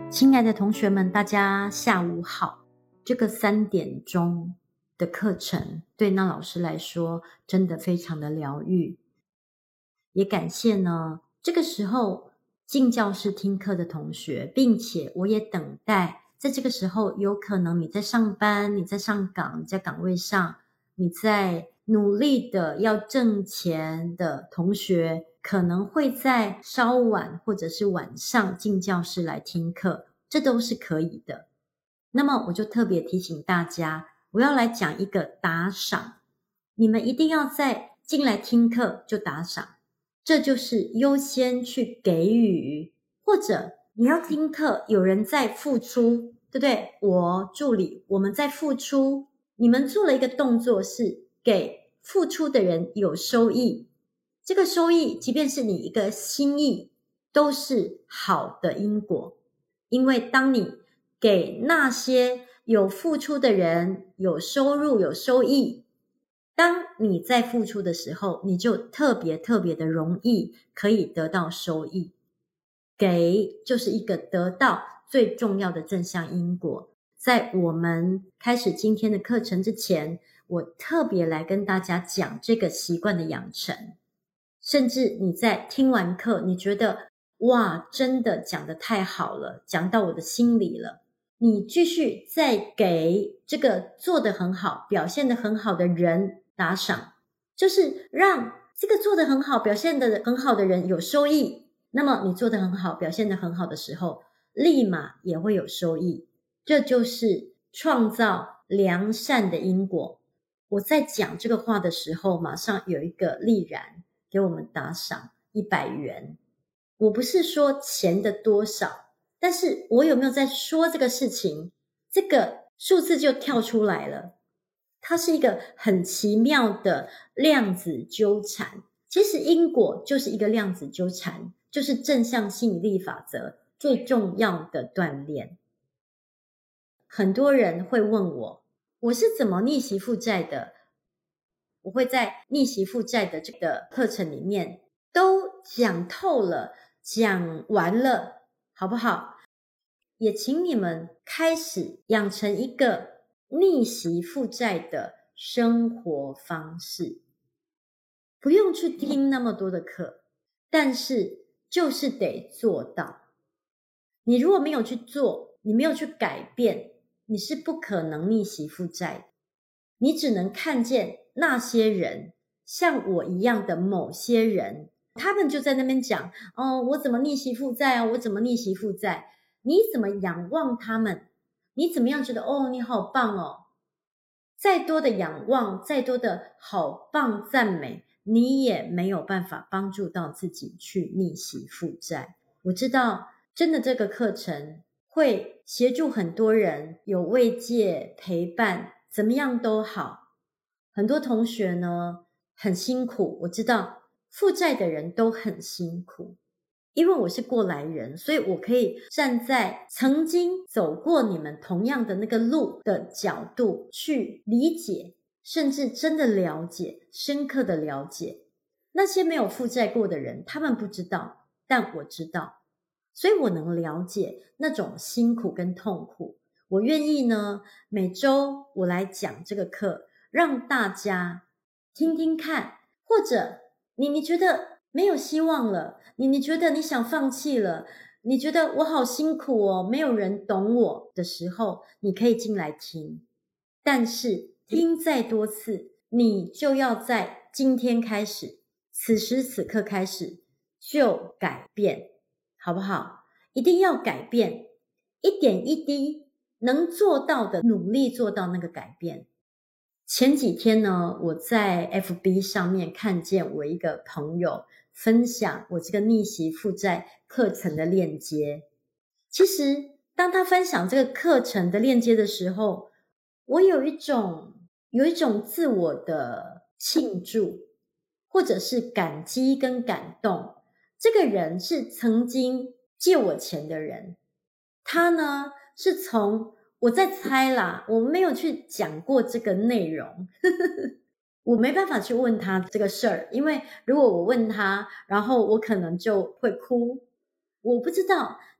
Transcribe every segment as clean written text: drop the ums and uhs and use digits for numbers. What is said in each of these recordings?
亲爱的同学们，大家下午好。这个3点钟的课程对那老师来说真的非常的疗愈，也感谢呢这个时候进教室听课的同学，并且我也等待在这个时候有可能你在上班，你在上岗，你在岗位上，你在努力的要挣钱的同学，可能会在稍晚或者是晚上进教室来听课，这都是可以的。那么我就特别提醒大家，我要来讲一个打赏，你们一定要在进来听课就打赏，这就是优先去给予，或者你要听课有人在付出，对不对？我助理我们在付出，你们做了一个动作是给付出的人有收益，这个收益即便是你一个心意都是好的因果，因为当你给那些有付出的人有收入有收益，当你在付出的时候，你就特别的容易可以得到收益。给就是一个得到最重要的正向因果。在我们开始今天的课程之前，我特别来跟大家讲这个习惯的养成。甚至你在听完课，你觉得哇，真的讲得太好了，讲到我的心里了，你继续再给这个做得很好表现得很好的人打赏，就是让这个做得很好表现得很好的人有收益，那么你做得很好表现得很好的时候，立马也会有收益，这就是创造良善的因果。我在讲这个话的时候，马上有一个丽然给我们打赏100元。我不是说钱的多少，但是我有没有在说这个事情，这个数字就跳出来了。它是一个很奇妙的量子纠缠，其实因果就是一个量子纠缠，就是正向吸引力法则最重要的锻炼。很多人会问我是怎么逆袭负债的，我会在逆袭负债的这个课程里面都讲透了，讲完了，好不好？也请你们开始养成一个逆袭负债的生活方式，不用去听那么多的课，但是就是得做到。你如果没有去做，你没有去改变，你是不可能逆袭负债的。你只能看见那些人，像我一样的某些人，他们就在那边讲我怎么逆袭负债啊，我怎么逆袭负债。你怎么仰望他们，你怎么样觉得你好棒哦，再多的仰望，再多的好棒赞美，你也没有办法帮助到自己去逆袭负债。我知道真的这个课程会协助很多人有慰藉陪伴，怎么样都好。很多同学呢很辛苦，我知道负债的人都很辛苦，因为我是过来人，所以我可以站在曾经走过你们同样的那个路的角度去理解，甚至真的了解，深刻的了解。那些没有负债过的人，他们不知道，但我知道，所以我能了解那种辛苦跟痛苦。我愿意呢，每周我来讲这个课，让大家听听看，或者你觉得没有希望了，你觉得你想放弃了，你觉得我好辛苦哦，没有人懂我的时候，你可以进来听。但是听再多次，你就要在今天开始，此时此刻开始就改变，好不好？一定要改变，一点一滴能做到的努力做到那个改变。前几天呢，我在 FB 上面看见我一个朋友分享我这个逆袭负债课程的链接。其实当他分享这个课程的链接的时候，我有一种自我的庆祝，或者是感激跟感动。这个人是曾经借我钱的人，他呢是从我在猜啦，我没有去讲过这个内容我没办法去问他这个事儿，因为如果我问他，然后我可能就会哭，我不知道。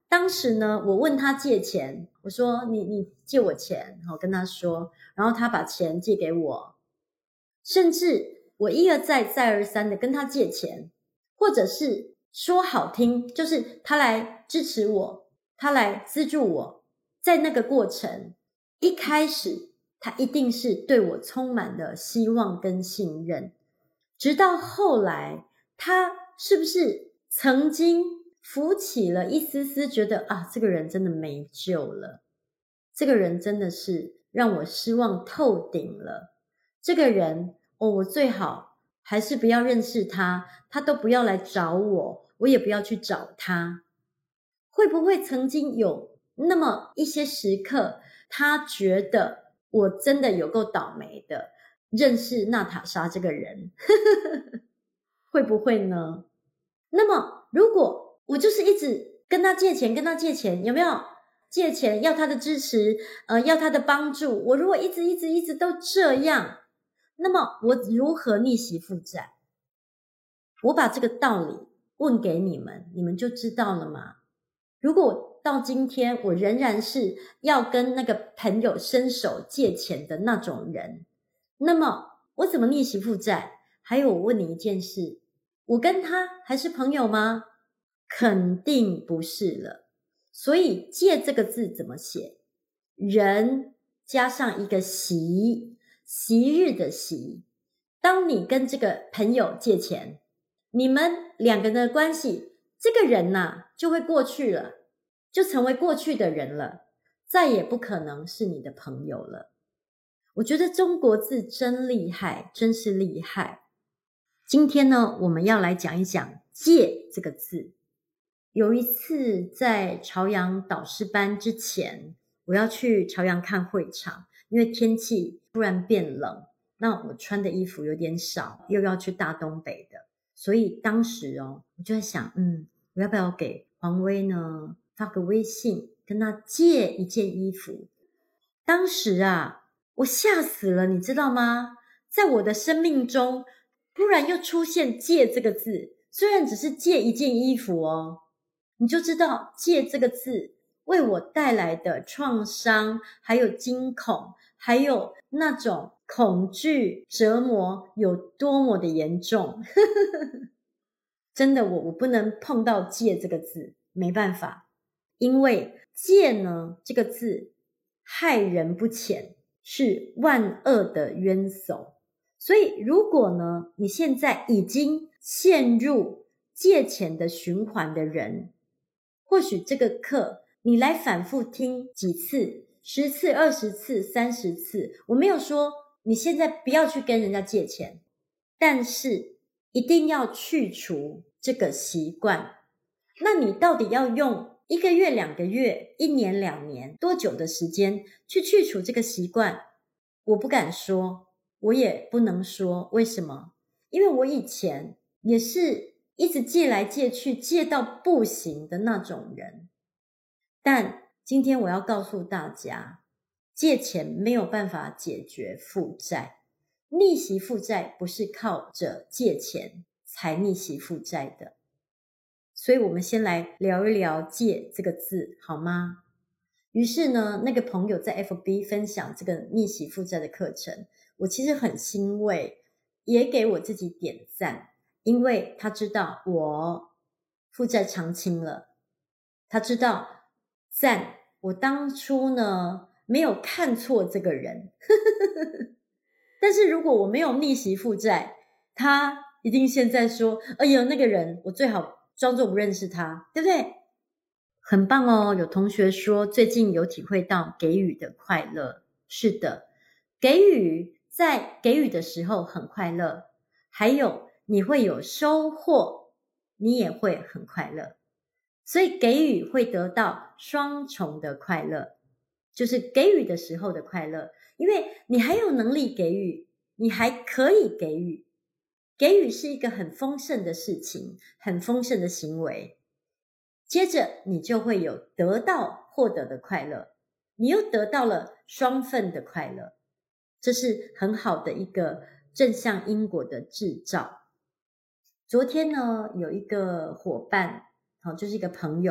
当时呢，我问他借钱，我说你借我钱，跟他说，然后他把钱借给我，甚至我一而再再而三的跟他借钱，或者是说好听，就是他来支持我，他来资助我，在那个过程，一开始他一定是对我充满了希望跟信任，直到后来，他是不是曾经浮起了一丝丝觉得啊，这个人真的没救了，这个人真的是让我失望透顶了，这个人我最好还是不要认识他，他都不要来找我，我也不要去找他。会不会曾经有那么一些时刻，他觉得我真的有够倒霉的，认识娜塔莎这个人会不会呢？那么如果我就是一直跟他借钱有没有借钱要他的支持要他的帮助，我如果一直都这样，那么我如何逆袭负债？我把这个道理问给你们，你们就知道了吗？如果到今天我仍然是要跟那个朋友伸手借钱的那种人，那么我怎么逆袭负债？还有我问你一件事，我跟他还是朋友吗？肯定不是了。所以借这个字怎么写？人加上一个习，昔日的习。当你跟这个朋友借钱，你们两个人的关系，这个人就会过去了，就成为过去的人了，再也不可能是你的朋友了。我觉得中国字真厉害，真是厉害。今天呢，我们要来讲一讲借这个字。有一次在朝阳导师班之前，我要去朝阳看会场，因为天气突然变冷，那我穿的衣服有点少，又要去大东北的，所以当时我就在想，我要不要给黄威呢发个微信，跟他借一件衣服。当时我吓死了，你知道吗？在我的生命中突然又出现借这个字，虽然只是借一件衣服你就知道借这个字为我带来的创伤，还有惊恐，还有那种恐惧折磨有多么的严重。真的我不能碰到借这个字，没办法，因为借呢这个字害人不浅，是万恶的冤首。所以如果呢你现在已经陷入借钱的循环的人，或许这个课你来反复听几次，10次、20次、30次，我没有说你现在不要去跟人家借钱，但是一定要去除这个习惯。那你到底要用1个月、2个月、1年、2年多久的时间去除这个习惯？我不敢说，我也不能说。为什么？因为我以前也是一直借来借去，借到不行的那种人。但今天我要告诉大家，借钱没有办法解决负债，逆袭负债不是靠着借钱才逆袭负债的。所以我们先来聊一聊借这个字好吗？于是呢，那个朋友在 FB 分享这个逆袭负债的课程，我其实很欣慰，也给我自己点赞，因为他知道我负债偿清了，他知道赞我当初呢没有看错这个人但是如果我没有逆袭负债，他一定现在说哎呦那个人我最好装作不认识他，对不对？很棒哦，有同学说最近有体会到给予的快乐。是的，给予在给予的时候很快乐，还有你会有收获，你也会很快乐。所以给予会得到双重的快乐，就是给予的时候的快乐，因为你还有能力给予，你还可以给予。给予是一个很丰盛的事情，很丰盛的行为。接着你就会有得到获得的快乐，你又得到了双份的快乐，这是很好的一个正向因果的制造。昨天呢，有一个伙伴就是一个朋友，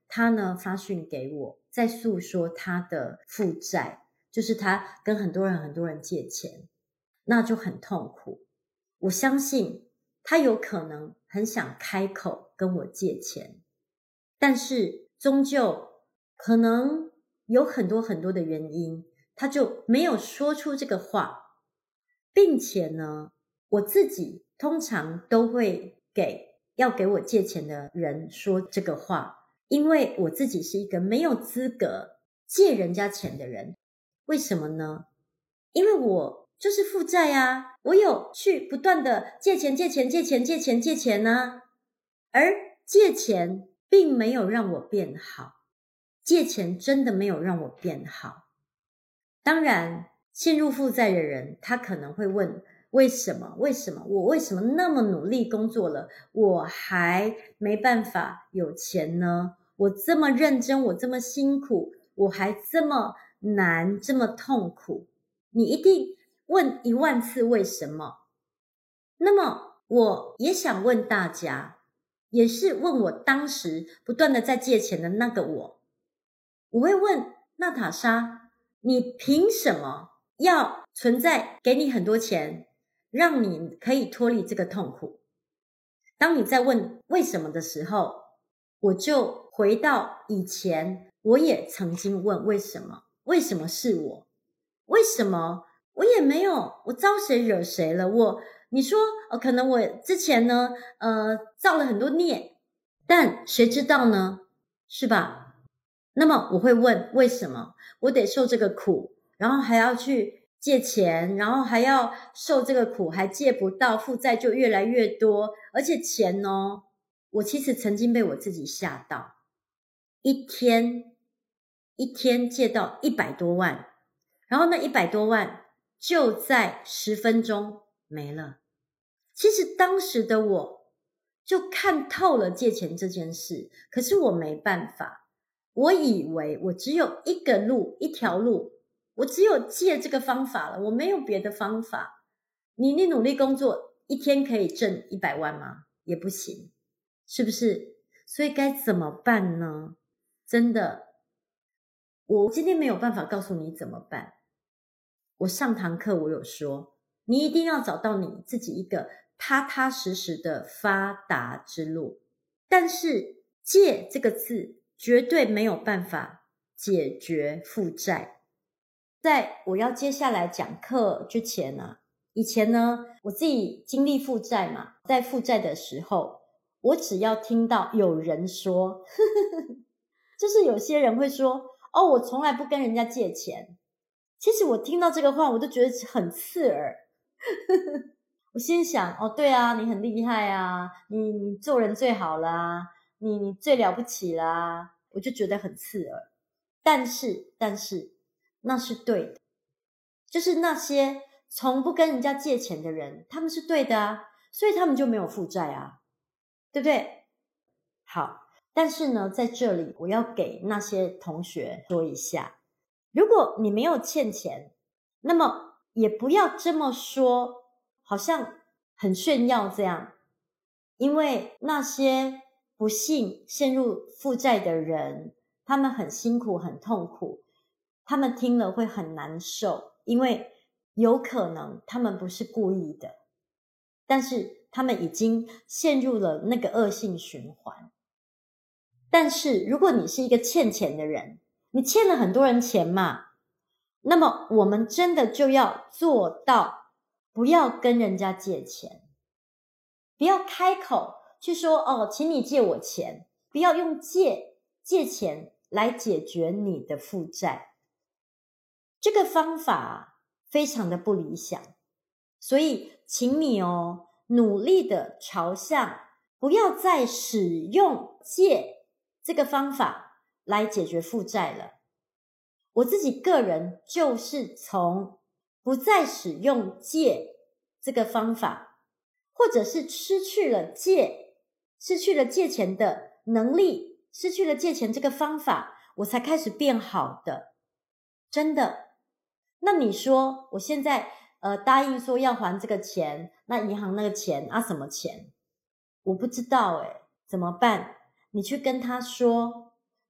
他呢发讯给我，在诉说他的负债，就是他跟很多人借钱，那就很痛苦。我相信他有可能很想开口跟我借钱，但是终究可能有很多的原因，他就没有说出这个话，并且呢，我自己通常都会要给我借钱的人说这个话，因为我自己是一个没有资格借人家钱的人。为什么呢？因为我就是负债啊，我有去不断的借钱啊，而借钱并没有让我变好，借钱真的没有让我变好。当然，陷入负债的人，他可能会问，为什么我为什么那么努力工作了，我还没办法有钱呢？我这么认真，我这么辛苦，我还这么难，这么痛苦。你一定问10000次为什么。那么我也想问大家，也是问我当时不断的在借钱的那个我会问娜塔莎，你凭什么要存在给你很多钱，让你可以脱离这个痛苦？当你在问为什么的时候，我就回到以前，我也曾经问为什么是我？为什么我也没有，我招谁惹谁了？你说可能我之前呢造了很多孽，但谁知道呢？是吧？那么我会问，为什么我得受这个苦，然后还要去借钱，然后还要受这个苦，还借不到，负债就越来越多，而且钱哦，我其实曾经被我自己吓到，一天借到100多万，然后那100多万就在10分钟没了。其实当时的我就看透了借钱这件事，可是我没办法，我以为我只有一条路，我只有借这个方法了，我没有别的方法。你努力工作，一天可以挣100万吗？也不行，是不是？所以该怎么办呢？真的，我今天没有办法告诉你怎么办。我上堂课我有说，你一定要找到你自己一个踏踏实实的发达之路。但是借这个字绝对没有办法解决负债。在我要接下来讲课之前呢，以前呢我自己经历负债嘛，在负债的时候，我只要听到有人说就是有些人会说我从来不跟人家借钱。其实我听到这个话我都觉得很刺耳我心想对啊，你很厉害啊，你做人最好啦，你最了不起啦，我就觉得很刺耳。但是那是对的，就是那些从不跟人家借钱的人，他们是对的啊，所以他们就没有负债啊，对不对？好，但是呢，在这里我要给那些同学说一下，如果你没有欠钱，那么也不要这么说，好像很炫耀这样，因为那些不幸陷入负债的人，他们很辛苦很痛苦，他们听了会很难受，因为有可能他们不是故意的，但是他们已经陷入了那个恶性循环。但是如果你是一个欠钱的人，你欠了很多人钱嘛，那么我们真的就要做到不要跟人家借钱，不要开口去说请你借我钱，不要用借钱来解决你的负债。这个方法非常的不理想，所以请你努力的朝向不要再使用借这个方法来解决负债了。我自己个人就是从不再使用借这个方法，或者是失去了借钱的能力，失去了借钱这个方法，我才开始变好的，真的。那你说我现在答应说要还这个钱，那银行那个钱什么钱？我不知道怎么办？你去跟他说，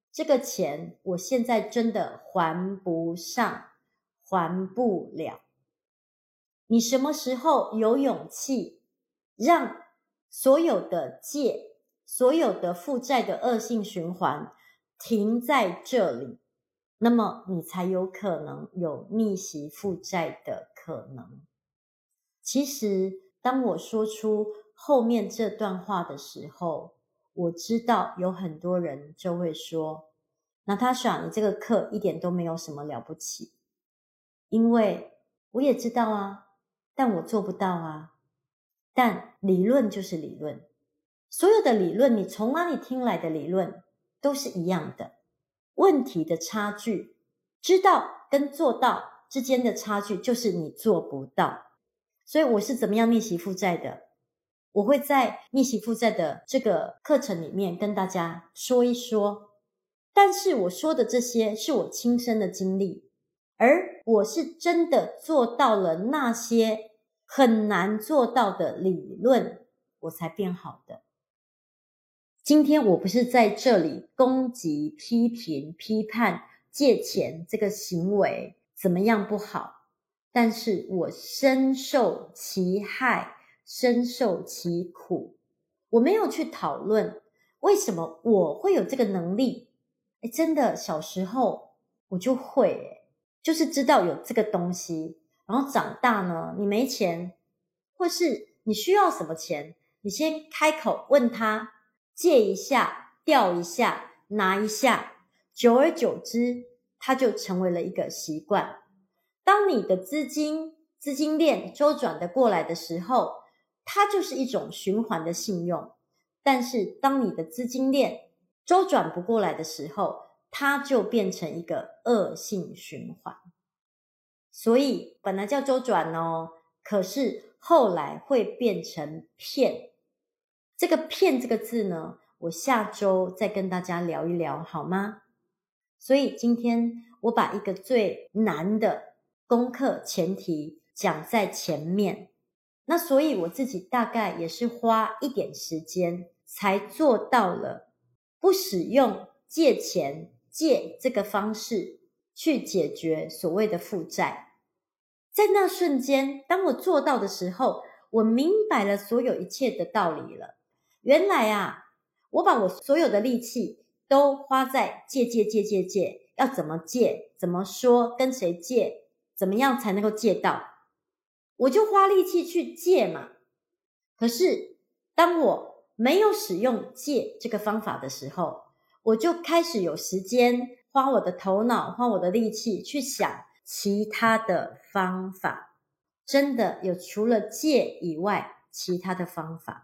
这个钱我现在真的还不上，还不了。你什么时候有勇气让所有的借，所有的负债的恶性循环停在这里，那么你才有可能有逆袭负债的可能。其实当我说出后面这段话的时候，我知道有很多人就会说，Natasha， 你这个课一点都没有什么了不起，因为我也知道啊，但我做不到啊。但理论就是理论，所有的理论，你从哪里听来的理论都是一样的。问题的差距，知道跟做到之间的差距，就是你做不到。所以我是怎么样逆袭负债的？我会在逆袭负债的这个课程里面跟大家说一说。但是我说的这些是我亲身的经历，而我是真的做到了那些很难做到的理论，我才变好的。今天我不是在这里攻击、批评、批判借钱这个行为怎么样不好，但是我深受其害，深受其苦。我没有去讨论为什么我会有这个能力。真的小时候我就会，就是知道有这个东西，然后长大呢，你没钱，或是你需要什么钱，你先开口问他，借一下，调一下，拿一下，久而久之，它就成为了一个习惯。当你的资金链周转的过来的时候，它就是一种循环的信用。但是当你的资金链周转不过来的时候，它就变成一个恶性循环。所以本来叫周转哦，可是后来会变成骗。这个骗这个字呢，我下周再跟大家聊一聊好吗？所以今天我把一个最难的功课前提讲在前面，那所以我自己大概也是花一点时间才做到了不使用借钱借这个方式去解决所谓的负债。在那瞬间，当我做到的时候，我明白了所有一切的道理了。原来啊，我把我所有的力气都花在借，要怎么借，怎么说，跟谁借，怎么样才能够借到，我就花力气去借嘛。可是当我没有使用借这个方法的时候，我就开始有时间花我的头脑，花我的力气去想其他的方法。真的有除了借以外其他的方法。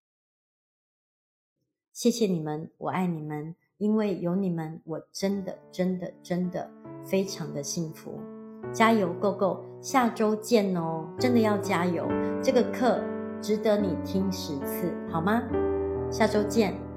谢谢你们，我爱你们，因为有你们，我真的非常的幸福。加油 ，Go Go， 下周见哦！真的要加油，这个课值得你听10次，好吗？下周见。